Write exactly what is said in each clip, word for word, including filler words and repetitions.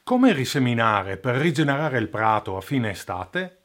Come riseminare per rigenerare il prato a fine estate?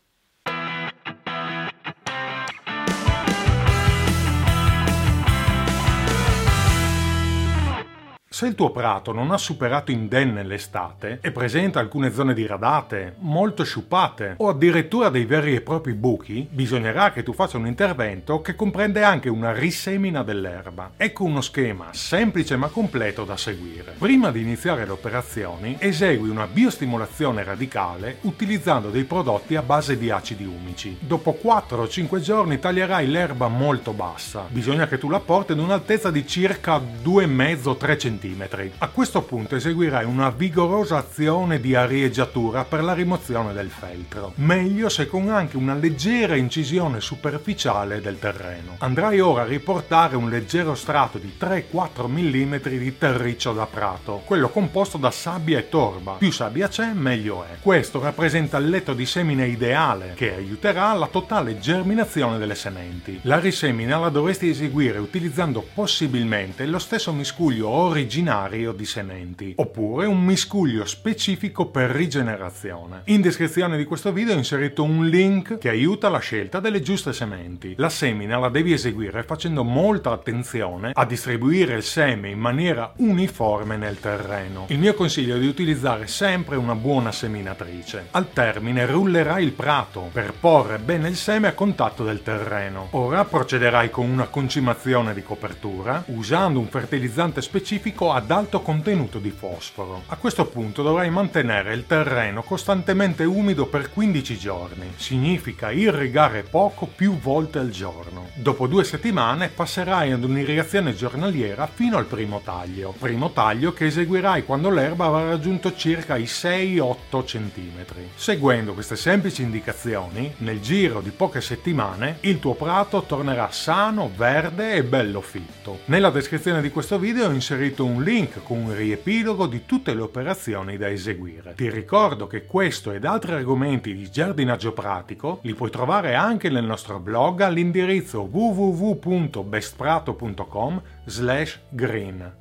Se il tuo prato non ha superato indenne l'estate e presenta alcune zone diradate, molto sciupate o addirittura dei veri e propri buchi, bisognerà che tu faccia un intervento che comprende anche una risemina dell'erba. Ecco uno schema semplice ma completo da seguire. Prima di iniziare le operazioni, esegui una biostimolazione radicale utilizzando dei prodotti a base di acidi umici. Dopo quattro o cinque giorni taglierai l'erba molto bassa. Bisogna che tu la porti ad un'altezza di circa due virgola cinque tre centimetri. A questo punto eseguirai una vigorosa azione di arieggiatura per la rimozione del feltro. Meglio se con anche una leggera incisione superficiale del terreno. Andrai ora a riportare un leggero strato di tre quattro millimetri di terriccio da prato, quello composto da sabbia e torba. Più sabbia c'è, meglio è. Questo rappresenta il letto di semine ideale, che aiuterà la totale germinazione delle sementi. La risemina la dovresti eseguire utilizzando possibilmente lo stesso miscuglio originario di sementi, oppure un miscuglio specifico per rigenerazione. In descrizione di questo video ho inserito un link che aiuta la scelta delle giuste sementi. La semina la devi eseguire facendo molta attenzione a distribuire il seme in maniera uniforme nel terreno. Il mio consiglio è di utilizzare sempre una buona seminatrice. Al termine rullerai il prato per porre bene il seme a contatto del terreno. Ora procederai con una concimazione di copertura usando un fertilizzante specifico ad alto contenuto di fosforo. A questo punto dovrai mantenere il terreno costantemente umido per quindici giorni. Significa irrigare poco più volte al giorno. Dopo due settimane passerai ad un'irrigazione giornaliera fino al primo taglio. Primo taglio che eseguirai quando l'erba avrà raggiunto circa i sei otto centimetri. Seguendo queste semplici indicazioni, nel giro di poche settimane il tuo prato tornerà sano, verde e bello fitto. Nella descrizione di questo video ho inserito un link con un riepilogo di tutte le operazioni da eseguire. Ti ricordo che questo ed altri argomenti di giardinaggio pratico li puoi trovare anche nel nostro blog all'indirizzo w w w punto bestprato punto com slash green.